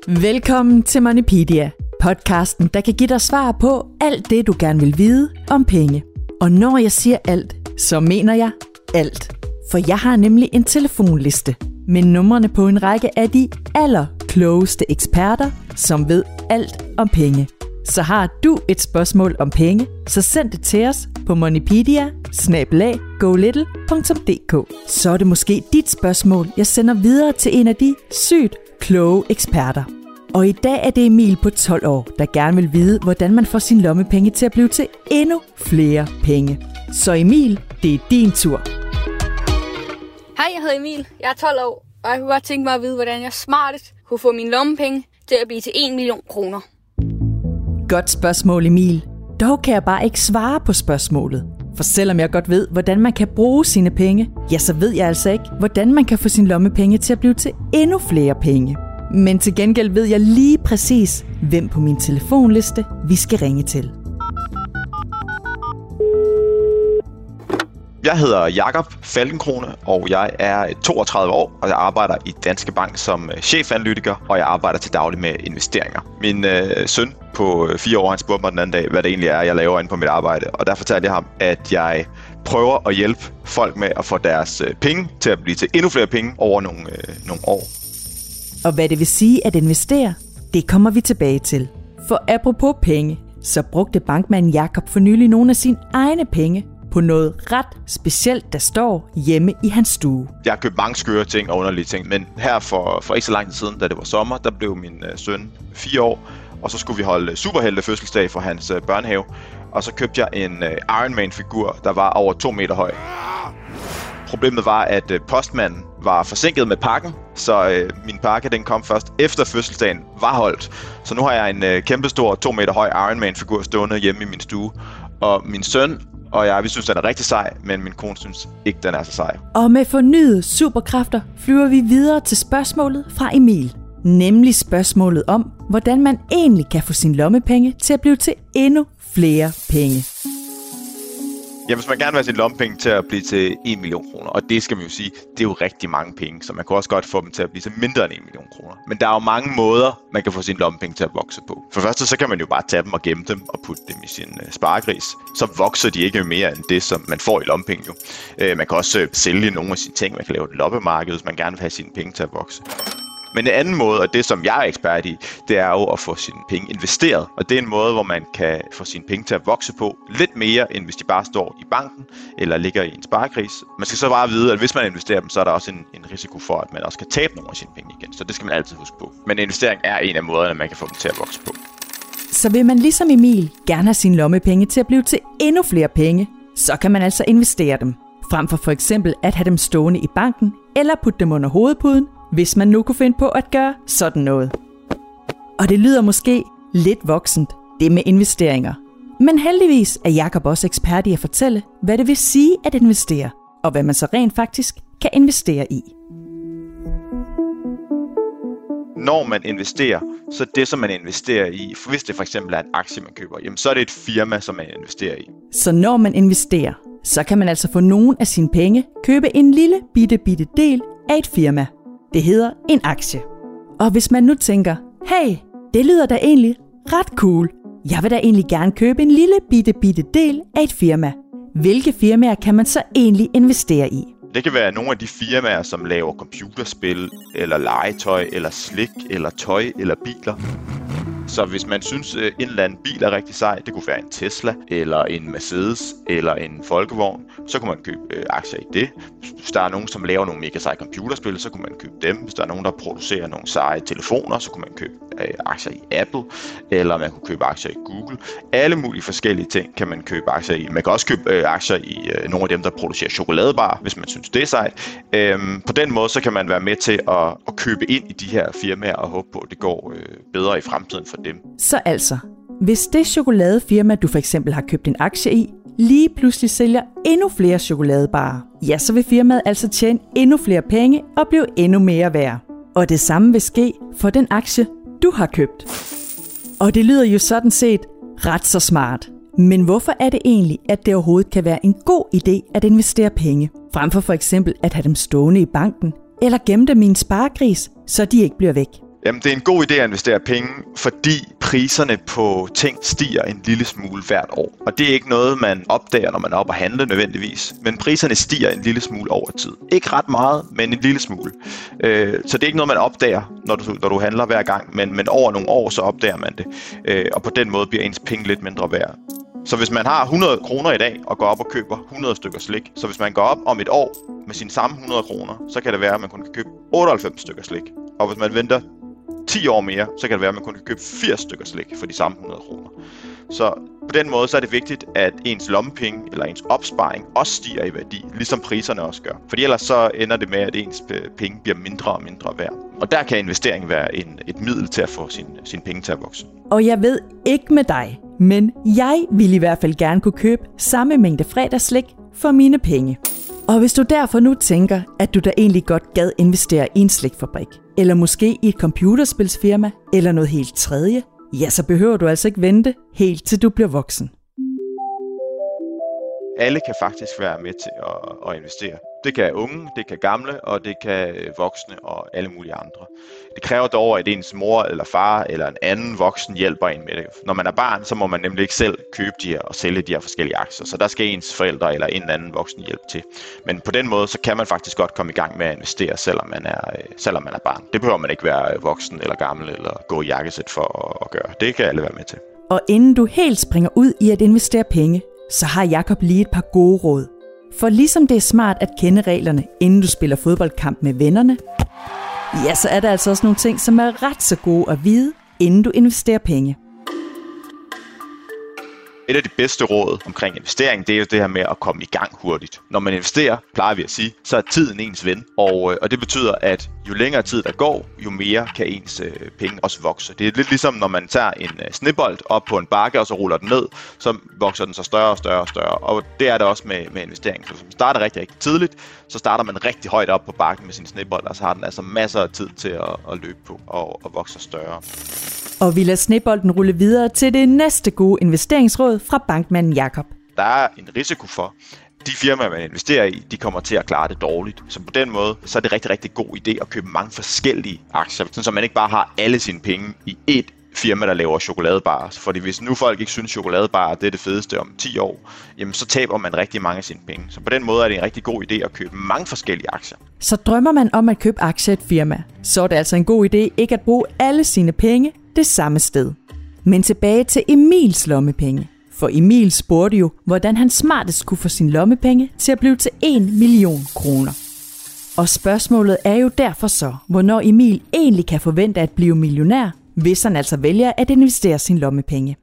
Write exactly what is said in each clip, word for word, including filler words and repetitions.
Velkommen til Moneypedia, podcasten, der kan give dig svar på alt det, du gerne vil vide om penge. Og når jeg siger alt, så mener jeg alt. For jeg har nemlig en telefonliste med numrene på en række af de allerklogeste eksperter, som ved alt om penge. Så har du et spørgsmål om penge, så send det til os på moneypedia bindestreg go little punktum d k. Så er det måske dit spørgsmål, jeg sender videre til en af de sygt kloge eksperter. Og i dag er det Emil på tolv år, der gerne vil vide, hvordan man får sine lommepenge til at blive til endnu flere penge. Så Emil, det er din tur. Hej, jeg hedder Emil. Jeg er tolv år, og jeg kunne godt tænke mig at vide, hvordan jeg smartest kunne få mine lommepenge til at blive til en million kroner. Godt spørgsmål, Emil. Dog kan jeg bare ikke svare på spørgsmålet. For selvom jeg godt ved, hvordan man kan bruge sine penge, ja, så ved jeg altså ikke, hvordan man kan få sine lommepenge til at blive til endnu flere penge. Men til gengæld ved jeg lige præcis, hvem på min telefonliste vi skal ringe til. Jeg hedder Jakob Falkenkrone, og jeg er toogtredive år, og jeg arbejder i Danske Bank som chefanalytiker, og jeg arbejder til daglig med investeringer. Min øh, søn på fire år, han spurgte mig den anden dag, hvad det egentlig er, jeg laver inde på mit arbejde, og der fortalte jeg ham, at jeg prøver at hjælpe folk med at få deres øh, penge til at blive til endnu flere penge over nogle, øh, nogle år. Og hvad det vil sige at investere, det kommer vi tilbage til. For apropos penge, så brugte bankmanden Jakob for nylig nogle af sine egne penge på noget ret specielt, der står hjemme i hans stue. Jeg har købt mange skøre ting og underlige ting, men her for, for ikke så lang tid siden, da det var sommer, der blev min øh, søn fire år, og så skulle vi holde superhelte fødselsdag for hans øh, børnehave, og så købte jeg en øh, Iron Man-figur, der var over to meter høj. Problemet var, at øh, postmanden var forsinket med pakken, så øh, min pakke den kom først efter fødselsdagen var holdt. Så nu har jeg en øh, kæmpestor to meter høj Iron Man-figur stående hjemme i min stue, og min søn og jeg, vi synes, den er rigtig sej, men min kone synes ikke, den er så sej. Og med fornyede superkræfter flyver vi videre til spørgsmålet fra Emil. Nemlig spørgsmålet om, hvordan man egentlig kan få sine lommepenge til at blive til endnu flere penge. Ja, hvis man gerne vil have sine lommepenge til at blive til en million kroner, og det skal man jo sige, det er jo rigtig mange penge, så man kan også godt få dem til at blive til mindre end en million kroner. Men der er jo mange måder, man kan få sine lommepenge til at vokse på. For først så kan man jo bare tage dem og gemme dem og putte dem i sin uh, sparegris. Så vokser de ikke mere end det, som man får i lommepenge jo. Uh, man kan også uh, sælge nogle af sine ting, man kan lave et loppemarked, hvis man gerne vil have sine penge til at vokse. Men en anden måde, og det som jeg er ekspert i, det er jo at få sine penge investeret. Og det er en måde, hvor man kan få sine penge til at vokse på lidt mere, end hvis de bare står i banken eller ligger i en sparegris. Man skal så bare vide, at hvis man investerer dem, så er der også en, en risiko for, at man også kan tabe nogle af sine penge igen. Så det skal man altid huske på. Men investering er en af måderne, man kan få dem til at vokse på. Så vil man ligesom Emil gerne have sine lommepenge til at blive til endnu flere penge, så kan man altså investere dem. Frem for for eksempel at have dem stående i banken eller putte dem under hovedpuden, hvis man nu kunne finde på at gøre sådan noget. Og det lyder måske lidt voksent, det med investeringer. Men heldigvis er Jakob også ekspert i at fortælle, hvad det vil sige at investere, og hvad man så rent faktisk kan investere i. Når man investerer, så det som man investerer i, hvis det for eksempel er en aktie, man køber, jamen så er det et firma, som man investerer i. Så når man investerer, så kan man altså få nogen af sine penge købe en lille bitte bitte del af et firma. Det hedder en aktie. Og hvis man nu tænker, hey, det lyder da egentlig ret cool. Jeg vil da egentlig gerne købe en lille bitte bitte del af et firma. Hvilke firmaer kan man så egentlig investere i? Det kan være nogle af de firmaer, som laver computerspil, eller legetøj, eller slik, eller tøj, eller biler. Så hvis man synes, en eller anden bil er rigtig sej, det kunne være en Tesla, eller en Mercedes, eller en Folkevogn, så kunne man købe øh, aktier i det. Hvis der er nogen, som laver nogle mega seje computerspil, så kunne man købe dem. Hvis der er nogen, der producerer nogle seje telefoner, så kunne man købe øh, aktier i Apple, eller man kunne købe aktier i Google. Alle mulige forskellige ting kan man købe aktier i. Man kan også købe øh, aktier i øh, nogle af dem, der producerer chokoladebar, hvis man synes, det er sejt. Øhm, på den måde, så kan man være med til at, at købe ind i de her firmaer og håbe på, at det går øh, bedre i fremtiden for dem. Så altså, hvis det chokoladefirma, du for eksempel har købt en aktie i, lige pludselig sælger endnu flere chokoladebarer, ja, så vil firmaet altså tjene endnu flere penge og blive endnu mere værd. Og det samme vil ske for den aktie, du har købt. Og det lyder jo sådan set ret så smart. Men hvorfor er det egentlig, at det overhovedet kan være en god idé at investere penge, frem for for eksempel at have dem stående i banken, eller gemme dem i en sparegris, så de ikke bliver væk? Jamen, det er en god idé at investere penge, fordi priserne på ting stiger en lille smule hvert år. Og det er ikke noget, man opdager, når man er oppe og handle nødvendigvis. Men priserne stiger en lille smule over tid. Ikke ret meget, men en lille smule. Øh, så det er ikke noget, man opdager, når du, når du handler hver gang. Men, men over nogle år, så opdager man det. Øh, og på den måde bliver ens penge lidt mindre værd. Så hvis man har hundrede kroner i dag og går op og køber hundrede stykker slik, så hvis man går op om et år med sine samme hundrede kroner, så kan det være, at man kun kan købe otteoghalvfems stykker slik. Og hvis man venter ti år mere, så kan det være, at man kun kan købe firs stykker slik for de samme hundrede kroner. Så på den måde så er det vigtigt, at ens lommepenge eller ens opsparing også stiger i værdi, ligesom priserne også gør. Fordi ellers så ender det med, at ens penge bliver mindre og mindre værd. Og der kan investering være en, et middel til at få sine sin penge til at vokse. Og jeg ved ikke med dig, men jeg vil i hvert fald gerne kunne købe samme mængde fredagsslik for mine penge. Og hvis du derfor nu tænker, at du da egentlig godt gad investere i en slikfabrik, eller måske i et computerspilsfirma, eller noget helt tredje, ja, så behøver du altså ikke vente helt til du bliver voksen. Alle kan faktisk være med til at, at investere. Det kan unge, det kan gamle, og det kan voksne og alle mulige andre. Det kræver dog, at ens mor eller far eller en anden voksen hjælper en med det. Når man er barn, så må man nemlig ikke selv købe de her og sælge de her forskellige aktier. Så der skal ens forældre eller en anden voksen hjælp til. Men på den måde, så kan man faktisk godt komme i gang med at investere, selvom man er, selvom man er barn. Det behøver man ikke være voksen eller gammel eller gå i jakkesæt for at gøre. Det kan alle være med til. Og inden du helt springer ud i at investere penge, så har Jakob lige et par gode råd. For ligesom det er smart at kende reglerne, inden du spiller fodboldkamp med vennerne, ja, så er der altså også nogle ting, som er ret så gode at vide, inden du investerer penge. Et af de bedste råd omkring investering, det er jo det her med at komme i gang hurtigt. Når man investerer, plejer vi at sige, så er tiden ens ven. Og, og det betyder, at jo længere tid der går, jo mere kan ens øh, penge også vokse. Det er lidt ligesom, når man tager en øh, snebold op på en bakke, og så ruller den ned, så vokser den så større og større og større. Og det er det også med, med investering. Så hvis man starter rigtig, rigtig tidligt, så starter man rigtig højt op på bakken med sin snebold, og så har den altså masser af tid til at, at løbe på og, og vokse større. Og vi lader snebolden rulle videre til det næste gode investeringsråd fra bankmanden Jakob. Der er en risiko for, de firmaer, man investerer i, de kommer til at klare det dårligt. Så på den måde, så er det rigtig, rigtig god idé at købe mange forskellige aktier, så man ikke bare har alle sine penge i ét firma, der laver chokoladebarer. Fordi hvis nu folk ikke synes, chokoladebarer det er det fedeste om ti år, jamen så taber man rigtig mange af sine penge. Så på den måde er det en rigtig god idé at købe mange forskellige aktier. Så drømmer man om at købe aktier i et firma, så er det altså en god idé ikke at bruge alle sine penge det samme sted. Men tilbage til Emils lommepenge. For Emil spurgte jo, hvordan han smartest kunne få sin lommepenge til at blive til en million kroner. Og spørgsmålet er jo derfor så, hvornår Emil egentlig kan forvente at blive millionær, hvis han altså vælger at investere sin lommepenge.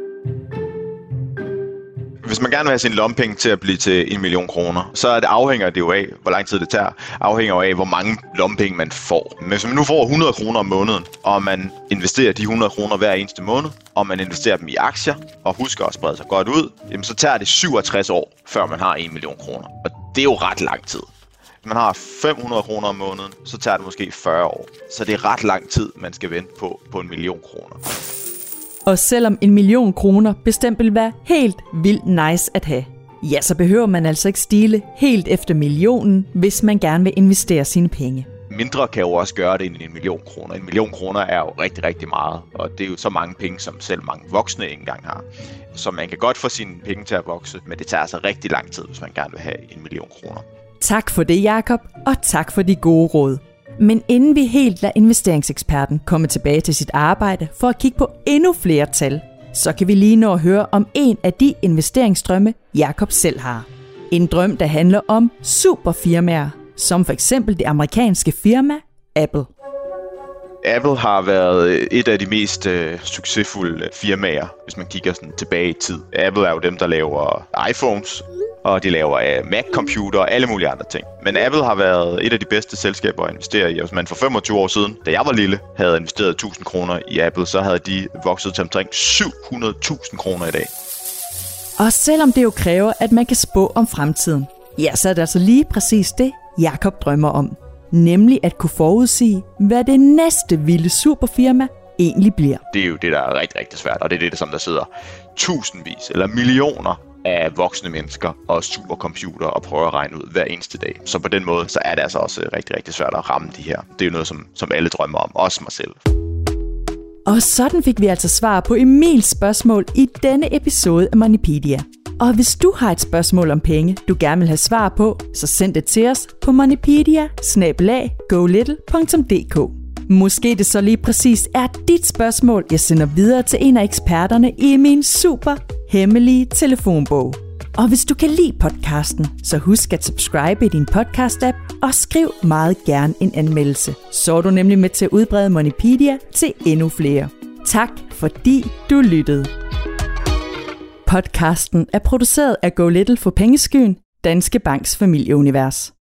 Hvis man gerne vil have sin lommepenge til at blive til en million kroner, så er det afhænger det jo af, hvor lang tid det tager. Afhænger jo af, hvor mange lommepenge man får. Men hvis man nu får hundrede kroner om måneden, og man investerer de hundrede kroner hver eneste måned, og man investerer dem i aktier, og husker at sprede sig godt ud, jamen så tager det syvogtres år, før man har en million kroner. Og det er jo ret lang tid. Hvis man har fem hundrede kroner om måneden, så tager det måske fyrre år. Så det er ret lang tid, man skal vente på, på en million kroner. Og selvom en million kroner bestemt vil være helt vildt nice at have, ja, så behøver man altså ikke stile helt efter millionen, hvis man gerne vil investere sine penge. Mindre kan jo også gøre det end en million kroner. En million kroner er jo rigtig, rigtig meget, og det er jo så mange penge, som selv mange voksne ikke engang har. Så man kan godt få sine penge til at vokse, men det tager altså rigtig lang tid, hvis man gerne vil have en million kroner. Tak for det, Jakob, og tak for de gode råd. Men inden vi helt lader investeringseksperten komme tilbage til sit arbejde for at kigge på endnu flere tal, så kan vi lige nå at høre om en af de investeringsdrømme, Jakob selv har. En drøm, der handler om superfirmaer, som for eksempel det amerikanske firma Apple. Apple har været et af de mest øh, succesfulde firmaer, hvis man kigger sådan tilbage i tid. Apple er jo dem, der laver iPhones, og de laver øh, Mac-computer og alle mulige andre ting. Men Apple har været et af de bedste selskaber at investere i. Hvis man for femogtyve år siden, da jeg var lille, havde investeret tusind kroner i Apple, så havde de vokset til omkring syv hundrede tusind kroner i dag. Og selvom det jo kræver, at man kan spå om fremtiden, ja, så er det altså lige præcis det, Jakob drømmer om. Nemlig at kunne forudsige, hvad det næste vilde superfirma egentlig bliver. Det er jo det, der er rigtig, rigtig svært, og det er det, som der sidder tusindvis eller millioner af voksne mennesker og supercomputer og prøver at regne ud hver eneste dag. Så på den måde, så er det altså også rigtig, rigtig svært at ramme de her. Det er jo noget, som, som alle drømmer om, også mig selv. Og sådan fik vi altså svar på Emils spørgsmål i denne episode af Moneypedia. Og hvis du har et spørgsmål om penge, du gerne vil have svar på, så send det til os på moneypedia bindestreg go little punktum d k. Måske det så lige præcis er dit spørgsmål, jeg sender videre til en af eksperterne i min super hemmelige telefonbog. Og hvis du kan lide podcasten, så husk at subscribe i din podcast-app og skriv meget gerne en anmeldelse. Så er du nemlig med til at udbrede Moneypedia til endnu flere. Tak fordi du lyttede. Podcasten er produceret af Go Little for Pengeskyen, Danske Banks familieunivers.